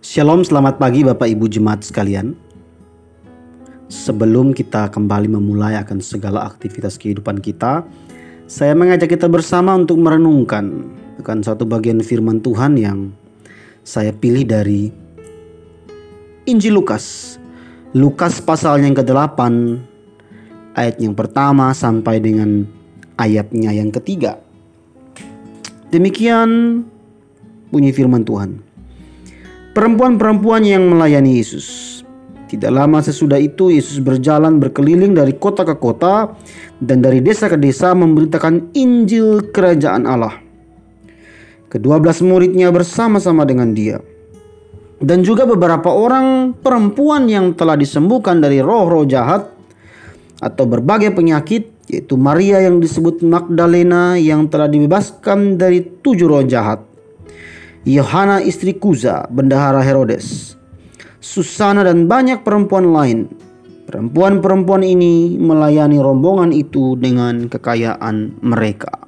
Shalom, selamat pagi Bapak Ibu Jemaat sekalian. Sebelum kita kembali memulai akan segala aktivitas kehidupan kita, saya mengajak kita bersama untuk merenungkan akan satu bagian firman Tuhan yang saya pilih dari Injil Lukas. Lukas pasal yang ke-8, ayat yang pertama sampai dengan ayatnya yang ketiga. Demikian bunyi firman Tuhan. Perempuan-perempuan yang melayani Yesus. Tidak lama sesudah itu Yesus berjalan berkeliling dari kota ke kota dan dari desa ke desa memberitakan Injil Kerajaan Allah. Ke-12 muridnya bersama-sama dengan dia. Dan juga beberapa orang perempuan yang telah disembuhkan dari roh-roh jahat atau berbagai penyakit, yaitu Maria yang disebut Magdalena yang telah dibebaskan dari 7 roh jahat, Yohana istri Kuza, bendahara Herodes, Susana dan banyak perempuan lain. Perempuan-perempuan ini melayani rombongan itu dengan kekayaan mereka.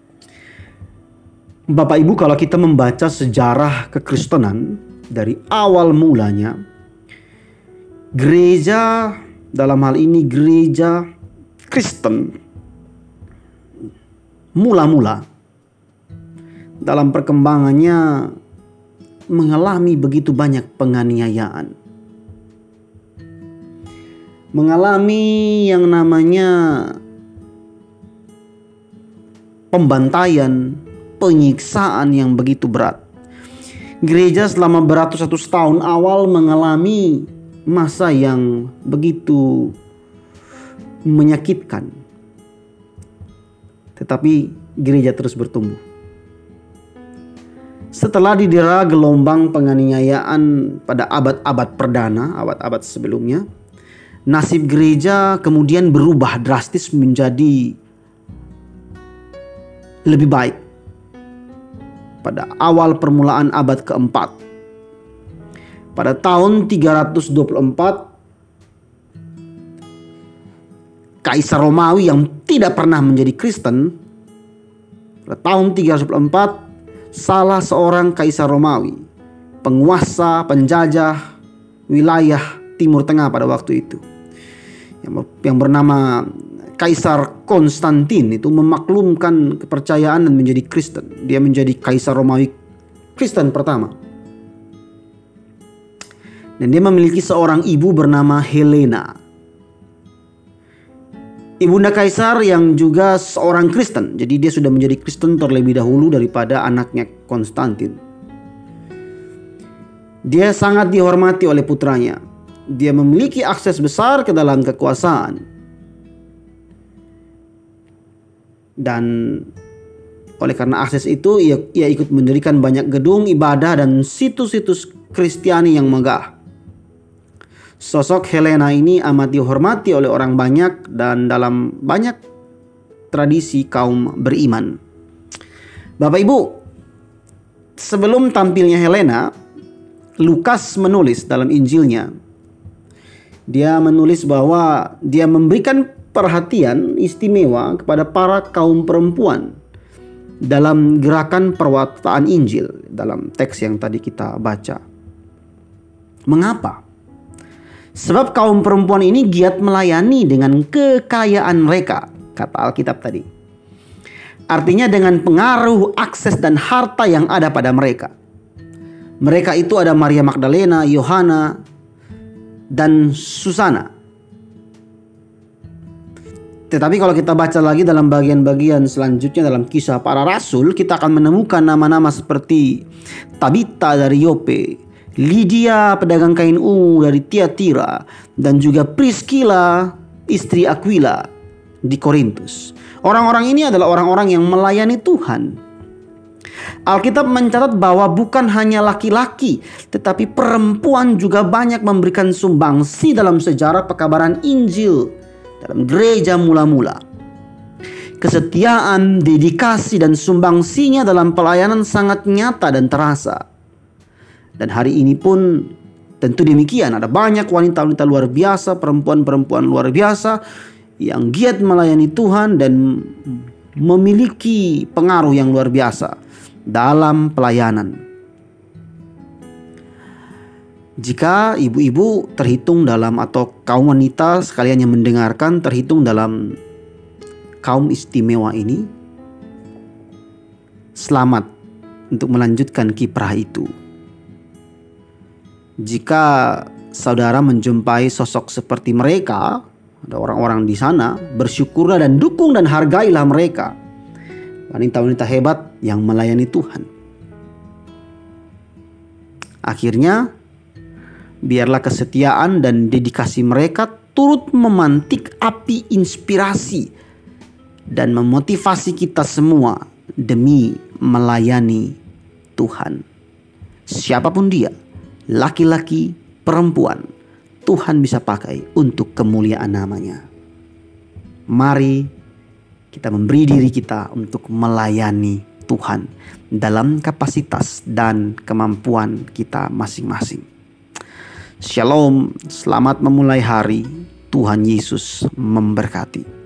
Bapak Ibu, kalau kita membaca sejarah kekristenan dari awal mulanya, gereja, dalam hal ini gereja Kristen, mula-mula dalam perkembangannya mengalami begitu banyak penganiayaan. Mengalami yang namanya pembantaian, penyiksaan yang begitu berat. Gereja selama beratus-ratus tahun awal mengalami masa yang begitu menyakitkan. Tetapi gereja terus bertumbuh. Setelah didera gelombang penganiayaan pada abad-abad perdana, abad-abad sebelumnya, nasib gereja kemudian berubah drastis menjadi lebih baik. Pada awal permulaan abad keempat, pada tahun 324, Kaisar Romawi yang tidak pernah menjadi Kristen, pada tahun 324, salah seorang Kaisar Romawi, penguasa, penjajah wilayah Timur Tengah pada waktu itu, yang bernama Kaisar Konstantin, itu memaklumkan kepercayaan dan menjadi Kristen. Dia menjadi Kaisar Romawi Kristen pertama. Dan dia memiliki seorang ibu bernama Helena, ibunda Kaisar yang juga seorang Kristen. Jadi dia sudah menjadi Kristen terlebih dahulu daripada anaknya Konstantin. Dia sangat dihormati oleh putranya. Dia memiliki akses besar ke dalam kekuasaan. Dan oleh karena akses itu ia ikut mendirikan banyak gedung ibadah dan situs-situs Kristiani yang megah. Sosok Helena ini amat dihormati oleh orang banyak dan dalam banyak tradisi kaum beriman. Bapak Ibu, sebelum tampilnya Helena, Lukas menulis dalam Injilnya. Dia menulis bahwa dia memberikan perhatian istimewa kepada para kaum perempuan dalam gerakan perwartaan Injil dalam teks yang tadi kita baca. Mengapa? Sebab kaum perempuan ini giat melayani dengan kekayaan mereka, kata Alkitab tadi. Artinya dengan pengaruh, akses dan harta yang ada pada mereka. Mereka itu ada Maria Magdalena, Yohana, dan Susana. Tetapi kalau kita baca lagi dalam bagian-bagian selanjutnya dalam Kisah Para Rasul, kita akan menemukan nama-nama seperti Tabita dari Yope, Lydia pedagang kain ungu dari Tiatira, dan juga Priscilla istri Aquila di Korintus. Orang-orang ini adalah orang-orang yang melayani Tuhan. Alkitab mencatat bahwa bukan hanya laki-laki, tetapi perempuan juga banyak memberikan sumbangsi dalam sejarah pekabaran Injil dalam gereja mula-mula. Kesetiaan, dedikasi, dan sumbangsinya dalam pelayanan sangat nyata dan terasa. Dan hari ini pun tentu demikian. Ada banyak wanita-wanita luar biasa, perempuan-perempuan luar biasa yang giat melayani Tuhan dan memiliki pengaruh yang luar biasa dalam pelayanan. Jika ibu-ibu terhitung dalam, atau kaum wanita sekalian yang mendengarkan terhitung dalam kaum istimewa ini, selamat untuk melanjutkan kiprah itu. Jika saudara menjumpai sosok seperti mereka, ada orang-orang di sana, bersyukurlah dan dukung dan hargailah mereka. Wanita-wanita hebat yang melayani Tuhan. Akhirnya, biarlah kesetiaan dan dedikasi mereka turut memantik api inspirasi dan memotivasi kita semua demi melayani Tuhan. Siapapun dia, laki-laki, perempuan, Tuhan bisa pakai untuk kemuliaan namanya. Mari kita memberi diri kita untuk melayani Tuhan dalam kapasitas dan kemampuan kita masing-masing. Shalom, selamat memulai hari. Tuhan Yesus memberkati.